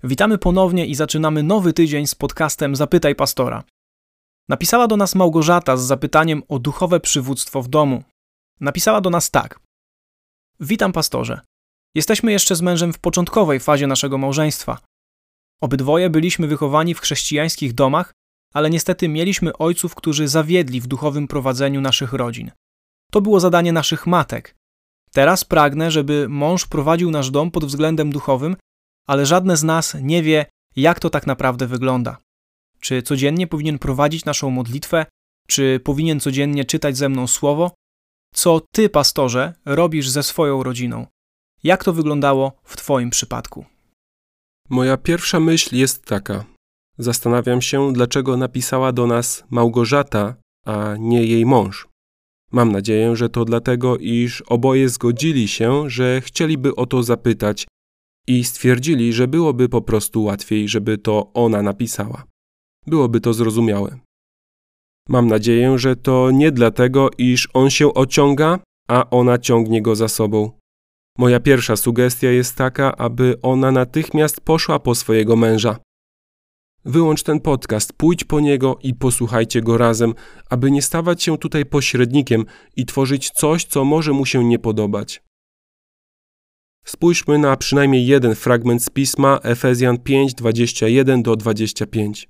Witamy ponownie i zaczynamy nowy tydzień z podcastem Zapytaj Pastora. Napisała do nas Małgorzata z zapytaniem o duchowe przywództwo w domu. Napisała do nas tak. Witam pastorze. Jesteśmy jeszcze z mężem w początkowej fazie naszego małżeństwa. Obydwoje byliśmy wychowani w chrześcijańskich domach, ale niestety mieliśmy ojców, którzy zawiedli w duchowym prowadzeniu naszych rodzin. To było zadanie naszych matek. Teraz pragnę, żeby mąż prowadził nasz dom pod względem duchowym, ale żadne z nas nie wie, jak to tak naprawdę wygląda. Czy codziennie powinien prowadzić naszą modlitwę? Czy powinien codziennie czytać ze mną słowo? Co ty, pastorze, robisz ze swoją rodziną? Jak to wyglądało w twoim przypadku? Moja pierwsza myśl jest taka. Zastanawiam się, dlaczego napisała do nas Małgorzata, a nie jej mąż. Mam nadzieję, że to dlatego, iż oboje zgodzili się, że chcieliby o to zapytać i stwierdzili, że byłoby po prostu łatwiej, żeby to ona napisała. Byłoby to zrozumiałe. Mam nadzieję, że to nie dlatego, iż on się ociąga, a ona ciągnie go za sobą. Moja pierwsza sugestia jest taka, aby ona natychmiast poszła po swojego męża. Wyłącz ten podcast, pójdź po niego i posłuchajcie go razem, aby nie stawać się tutaj pośrednikiem i tworzyć coś, co może mu się nie podobać. Spójrzmy na przynajmniej jeden fragment z Pisma Efezjan 5, 21-25.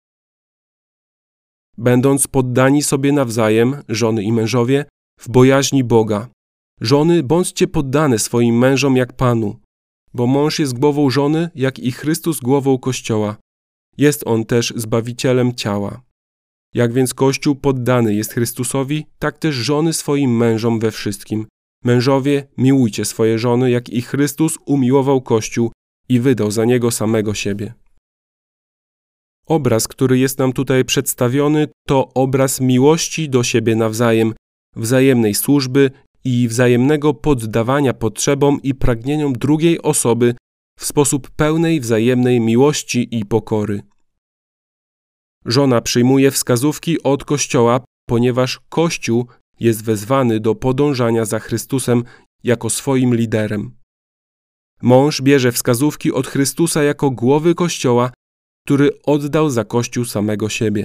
Będąc poddani sobie nawzajem, żony i mężowie, w bojaźni Boga. Żony, bądźcie poddane swoim mężom jak Panu, bo mąż jest głową żony, jak i Chrystus głową Kościoła. Jest on też Zbawicielem ciała. Jak więc Kościół poddany jest Chrystusowi, tak też żony swoim mężom we wszystkim. Mężowie, miłujcie swoje żony, jak i Chrystus umiłował Kościół i wydał za niego samego siebie. Obraz, który jest nam tutaj przedstawiony, to obraz miłości do siebie nawzajem, wzajemnej służby i wzajemnego poddawania potrzebom i pragnieniom drugiej osoby w sposób pełnej wzajemnej miłości i pokory. Żona przyjmuje wskazówki od Kościoła, ponieważ Kościół jest wezwany do podążania za Chrystusem jako swoim liderem. Mąż bierze wskazówki od Chrystusa jako głowy Kościoła, który oddał za Kościół samego siebie.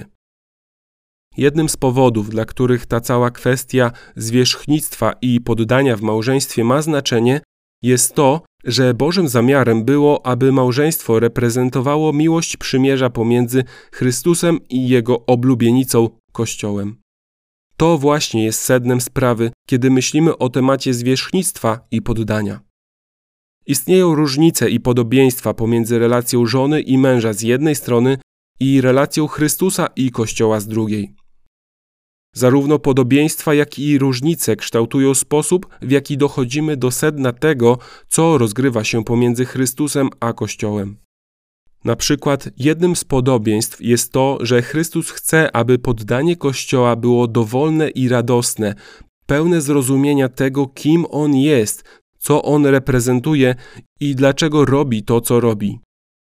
Jednym z powodów, dla których ta cała kwestia zwierzchnictwa i poddania w małżeństwie ma znaczenie, jest to, że Bożym zamiarem było, aby małżeństwo reprezentowało miłość przymierza pomiędzy Chrystusem i Jego oblubienicą, Kościołem. To właśnie jest sednem sprawy, kiedy myślimy o temacie zwierzchnictwa i poddania. Istnieją różnice i podobieństwa pomiędzy relacją żony i męża z jednej strony i relacją Chrystusa i Kościoła z drugiej. Zarówno podobieństwa, jak i różnice kształtują sposób, w jaki dochodzimy do sedna tego, co rozgrywa się pomiędzy Chrystusem a Kościołem. Na przykład jednym z podobieństw jest to, że Chrystus chce, aby poddanie Kościoła było dowolne i radosne, pełne zrozumienia tego, kim On jest, co On reprezentuje i dlaczego robi to, co robi.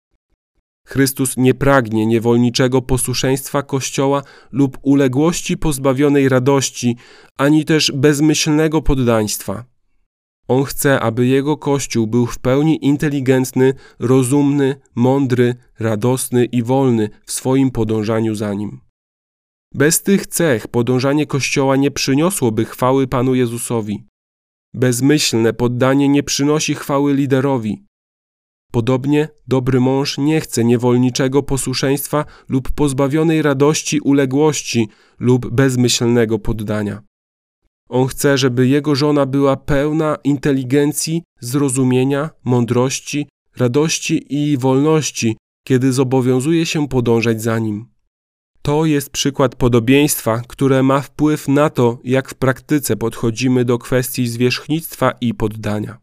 Chrystus nie pragnie niewolniczego posłuszeństwa Kościoła lub uległości pozbawionej radości, ani też bezmyślnego poddaństwa. On chce, aby Jego Kościół był w pełni inteligentny, rozumny, mądry, radosny i wolny w swoim podążaniu za Nim. Bez tych cech podążanie Kościoła nie przyniosłoby chwały Panu Jezusowi. Bezmyślne poddanie nie przynosi chwały liderowi. Podobnie dobry mąż nie chce niewolniczego posłuszeństwa lub pozbawionej radości uległości lub bezmyślnego poddania. On chce, żeby jego żona była pełna inteligencji, zrozumienia, mądrości, radości i wolności, kiedy zobowiązuje się podążać za nim. To jest przykład podobieństwa, które ma wpływ na to, jak w praktyce podchodzimy do kwestii zwierzchnictwa i poddania.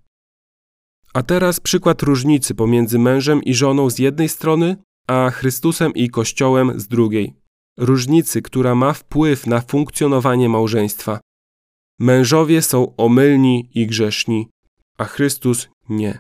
A teraz przykład różnicy pomiędzy mężem i żoną z jednej strony, a Chrystusem i Kościołem z drugiej. Różnicy, która ma wpływ na funkcjonowanie małżeństwa. Mężowie są omylni i grzeszni, a Chrystus nie.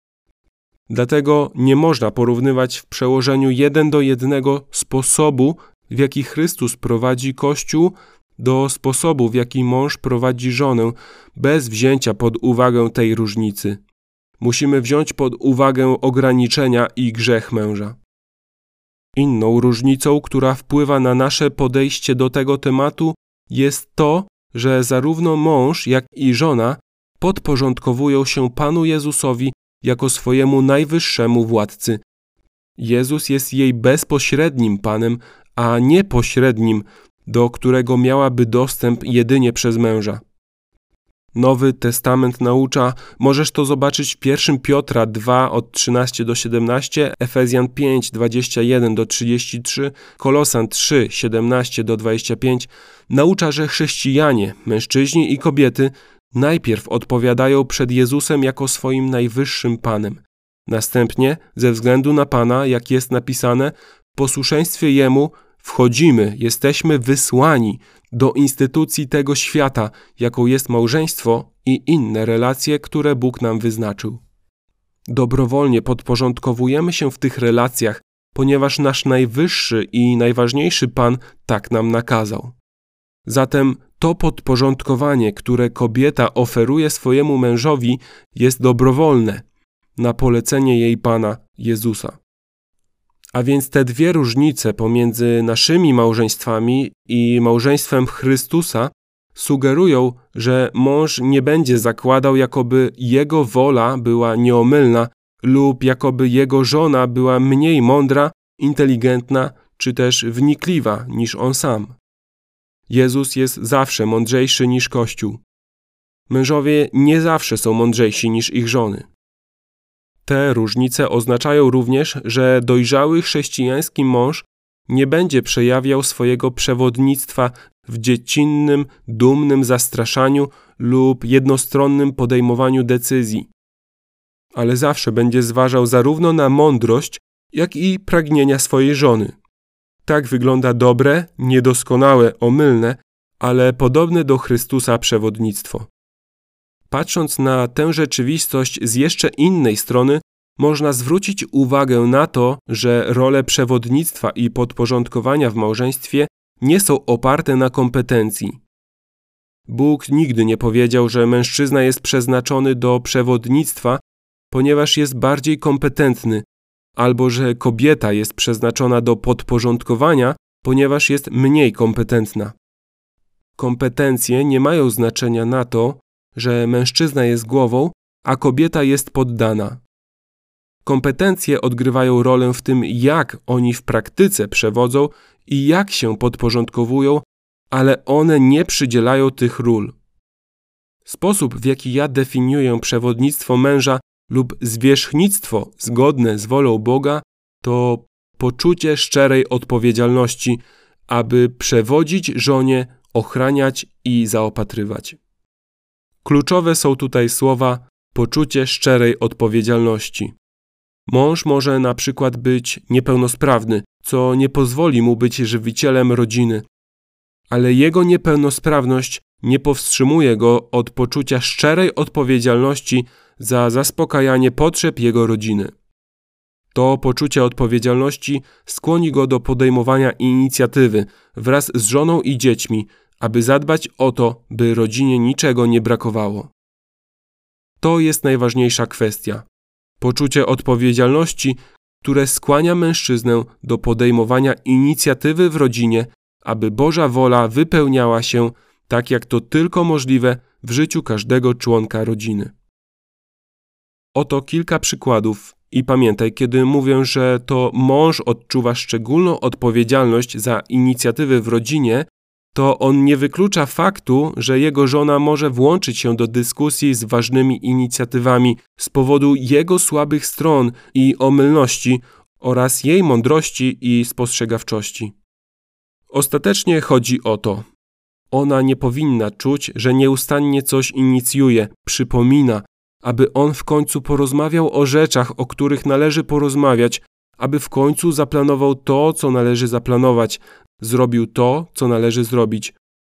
Dlatego nie można porównywać w przełożeniu 1:1 sposobu, w jaki Chrystus prowadzi Kościół, do sposobu, w jaki mąż prowadzi żonę, bez wzięcia pod uwagę tej różnicy. musimy wziąć pod uwagę ograniczenia i grzech męża. Inną różnicą, która wpływa na nasze podejście do tego tematu, jest to, że zarówno mąż, jak i żona podporządkowują się Panu Jezusowi jako swojemu najwyższemu władcy. Jezus jest jej bezpośrednim Panem, a nie pośrednim, do którego miałaby dostęp jedynie przez męża. Nowy Testament naucza, możesz to zobaczyć w 1 Piotra 2 od 13 do 17, Efezjan 5, 21 do 33, Kolosan 3, 17 do 25, naucza, że chrześcijanie, mężczyźni i kobiety najpierw odpowiadają przed Jezusem jako swoim najwyższym Panem. Następnie, ze względu na Pana, jak jest napisane, w posłuszeństwie Jemu wchodzimy, jesteśmy wysłani do instytucji tego świata, jaką jest małżeństwo i inne relacje, które Bóg nam wyznaczył. Dobrowolnie podporządkowujemy się w tych relacjach, ponieważ nasz najwyższy i najważniejszy Pan tak nam nakazał. Zatem to podporządkowanie, które kobieta oferuje swojemu mężowi, jest dobrowolne, na polecenie jej Pana Jezusa. A więc te dwie różnice pomiędzy naszymi małżeństwami i małżeństwem Chrystusa sugerują, że mąż nie będzie zakładał, jakoby jego wola była nieomylna lub jakoby jego żona była mniej mądra, inteligentna czy też wnikliwa niż on sam. Jezus jest zawsze mądrzejszy niż Kościół. Mężowie nie zawsze są mądrzejsi niż ich żony. Te różnice oznaczają również, że dojrzały chrześcijański mąż nie będzie przejawiał swojego przewodnictwa w dziecinnym, dumnym zastraszaniu lub jednostronnym podejmowaniu decyzji, ale zawsze będzie zważał zarówno na mądrość, jak i pragnienia swojej żony. Tak wygląda dobre, niedoskonałe, omylne, ale podobne do Chrystusa przewodnictwo. Patrząc na tę rzeczywistość z jeszcze innej strony, można zwrócić uwagę na to, że role przewodnictwa i podporządkowania w małżeństwie nie są oparte na kompetencji. Bóg nigdy nie powiedział, że mężczyzna jest przeznaczony do przewodnictwa, ponieważ jest bardziej kompetentny, albo że kobieta jest przeznaczona do podporządkowania, ponieważ jest mniej kompetentna. Kompetencje nie mają znaczenia na to, że mężczyzna jest głową, a kobieta jest poddana. Kompetencje odgrywają rolę w tym, jak oni w praktyce przewodzą i jak się podporządkowują, ale one nie przydzielają tych ról. Sposób, w jaki ja definiuję przewodnictwo męża lub zwierzchnictwo zgodne z wolą Boga, to poczucie szczerej odpowiedzialności, aby przewodzić żonie, ochraniać i zaopatrywać. Kluczowe są tutaj słowa poczucie szczerej odpowiedzialności. Mąż może na przykład być niepełnosprawny, co nie pozwoli mu być żywicielem rodziny, ale jego niepełnosprawność nie powstrzymuje go od poczucia szczerej odpowiedzialności za zaspokajanie potrzeb jego rodziny. To poczucie odpowiedzialności skłoni go do podejmowania inicjatywy wraz z żoną i dziećmi, aby zadbać o to, by rodzinie niczego nie brakowało. To jest najważniejsza kwestia. Poczucie odpowiedzialności, które skłania mężczyznę do podejmowania inicjatywy w rodzinie, aby Boża wola wypełniała się tak, jak to tylko możliwe w życiu każdego członka rodziny. Oto kilka przykładów i pamiętaj, kiedy mówię, że to mąż odczuwa szczególną odpowiedzialność za inicjatywy w rodzinie, to on nie wyklucza faktu, że jego żona może włączyć się do dyskusji z ważnymi inicjatywami z powodu jego słabych stron i omylności oraz jej mądrości i spostrzegawczości. Ostatecznie chodzi o to. Ona nie powinna czuć, że nieustannie coś inicjuje, przypomina, aby on w końcu porozmawiał o rzeczach, o których należy porozmawiać, aby w końcu zaplanował to, co należy zaplanować, zrobił to, co należy zrobić.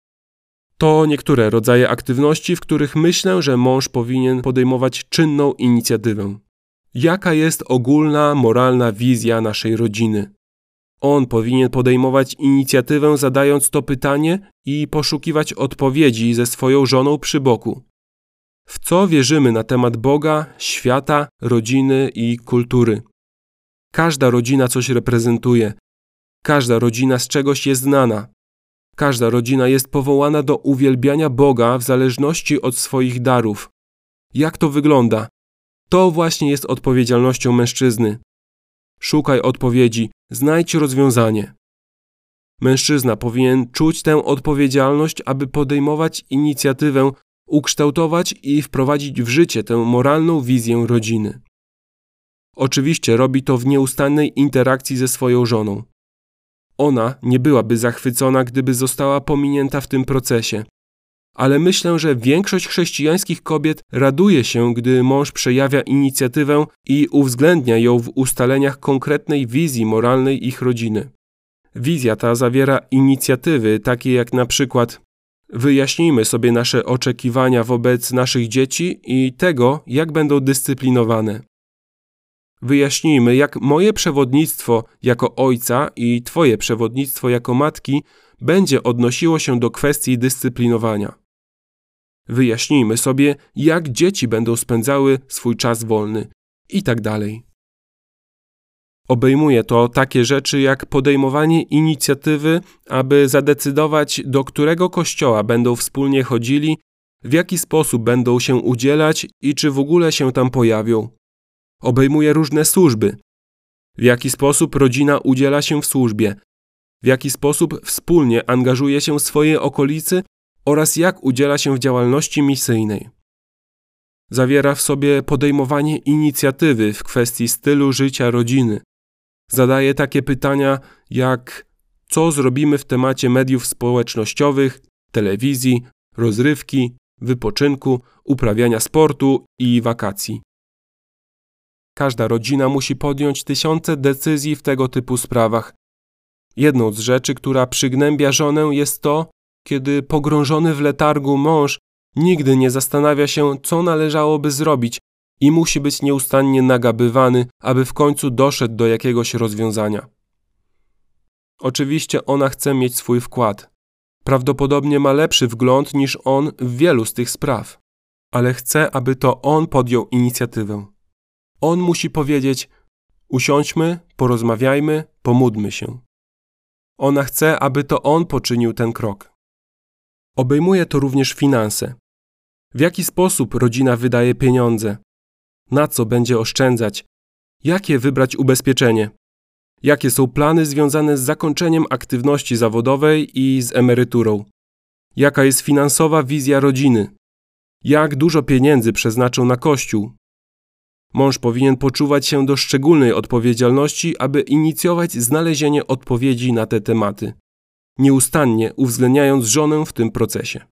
To niektóre rodzaje aktywności, w których myślę, że mąż powinien podejmować czynną inicjatywę. Jaka jest ogólna, moralna wizja naszej rodziny? On powinien podejmować inicjatywę, zadając to pytanie i poszukiwać odpowiedzi ze swoją żoną przy boku. W co wierzymy na temat Boga, świata, rodziny i kultury? Każda rodzina coś reprezentuje. Każda rodzina z czegoś jest znana. Każda rodzina jest powołana do uwielbiania Boga w zależności od swoich darów. Jak to wygląda? To właśnie jest odpowiedzialnością mężczyzny. Szukaj odpowiedzi, znajdź rozwiązanie. Mężczyzna powinien czuć tę odpowiedzialność, aby podejmować inicjatywę, ukształtować i wprowadzić w życie tę moralną wizję rodziny. Oczywiście robi to w nieustannej interakcji ze swoją żoną. Ona nie byłaby zachwycona, gdyby została pominięta w tym procesie. Ale myślę, że większość chrześcijańskich kobiet raduje się, gdy mąż przejawia inicjatywę i uwzględnia ją w ustaleniach konkretnej wizji moralnej ich rodziny. Wizja ta zawiera inicjatywy takie jak na przykład: wyjaśnijmy sobie nasze oczekiwania wobec naszych dzieci i tego, jak będą dyscyplinowane. Wyjaśnijmy, jak moje przewodnictwo jako ojca i Twoje przewodnictwo jako matki będzie odnosiło się do kwestii dyscyplinowania. Wyjaśnijmy sobie, jak dzieci będą spędzały swój czas wolny i tak dalej. Obejmuje to takie rzeczy jak podejmowanie inicjatywy, aby zadecydować, do którego kościoła będą wspólnie chodzili, w jaki sposób będą się udzielać i czy w ogóle się tam pojawią. Obejmuje różne służby. W jaki sposób rodzina udziela się w służbie, w jaki sposób wspólnie angażuje się w swojej okolicy oraz jak udziela się w działalności misyjnej. Zawiera w sobie podejmowanie inicjatywy w kwestii stylu życia rodziny. Zadaje takie pytania jak: co zrobimy w temacie mediów społecznościowych, telewizji, rozrywki, wypoczynku, uprawiania sportu i wakacji. Każda rodzina musi podjąć tysiące decyzji w tego typu sprawach. Jedną z rzeczy, która przygnębia żonę, jest to, kiedy pogrążony w letargu mąż nigdy nie zastanawia się, co należałoby zrobić i musi być nieustannie nagabywany, aby w końcu doszedł do jakiegoś rozwiązania. Oczywiście ona chce mieć swój wkład. Prawdopodobnie ma lepszy wgląd niż on w wielu z tych spraw, ale chce, aby to on podjął inicjatywę. On musi powiedzieć: usiądźmy, porozmawiajmy, pomódlmy się. Ona chce, aby to on poczynił ten krok. Obejmuje to również finanse. W jaki sposób rodzina wydaje pieniądze? Na co będzie oszczędzać? Jakie wybrać ubezpieczenie? Jakie są plany związane z zakończeniem aktywności zawodowej i z emeryturą? Jaka jest finansowa wizja rodziny? Jak dużo pieniędzy przeznaczą na Kościół? Mąż powinien poczuwać się do szczególnej odpowiedzialności, aby inicjować znalezienie odpowiedzi na te tematy, nieustannie uwzględniając żonę w tym procesie.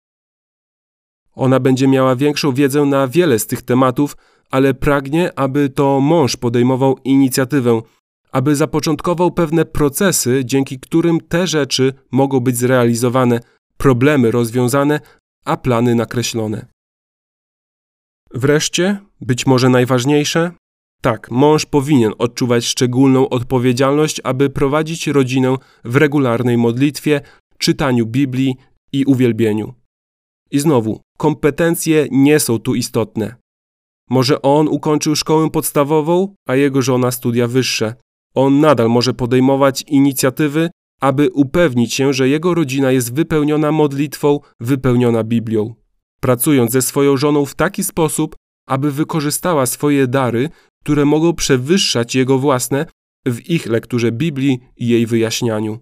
Ona będzie miała większą wiedzę na wiele z tych tematów, ale pragnie, aby to mąż podejmował inicjatywę, aby zapoczątkował pewne procesy, dzięki którym te rzeczy mogą być zrealizowane, problemy rozwiązane, a plany nakreślone. Wreszcie, być może najważniejsze, tak, mąż powinien odczuwać szczególną odpowiedzialność, aby prowadzić rodzinę w regularnej modlitwie, czytaniu Biblii i uwielbieniu. I znowu, kompetencje nie są tu istotne. Może on ukończył szkołę podstawową, a jego żona studia wyższe. On nadal może podejmować inicjatywy, aby upewnić się, że jego rodzina jest wypełniona modlitwą, wypełniona Biblią. Pracując ze swoją żoną w taki sposób, aby wykorzystała swoje dary, które mogą przewyższać jego własne, w ich lekturze Biblii i jej wyjaśnianiu.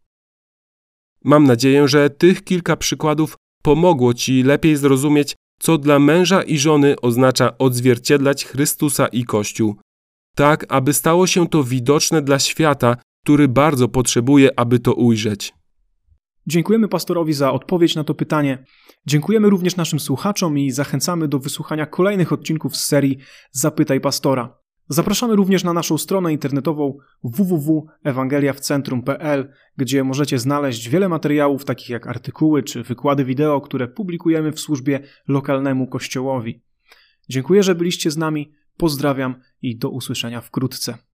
Mam nadzieję, że tych kilka przykładów pomogło Ci lepiej zrozumieć, co dla męża i żony oznacza odzwierciedlać Chrystusa i Kościół, tak aby stało się to widoczne dla świata, który bardzo potrzebuje, aby to ujrzeć. Dziękujemy pastorowi za odpowiedź na to pytanie. Dziękujemy również naszym słuchaczom i zachęcamy do wysłuchania kolejnych odcinków z serii Zapytaj Pastora. Zapraszamy również na naszą stronę internetową www.ewangeliawcentrum.pl, gdzie możecie znaleźć wiele materiałów, takich jak artykuły czy wykłady wideo, które publikujemy w służbie lokalnemu kościołowi. Dziękuję, że byliście z nami, pozdrawiam i do usłyszenia wkrótce.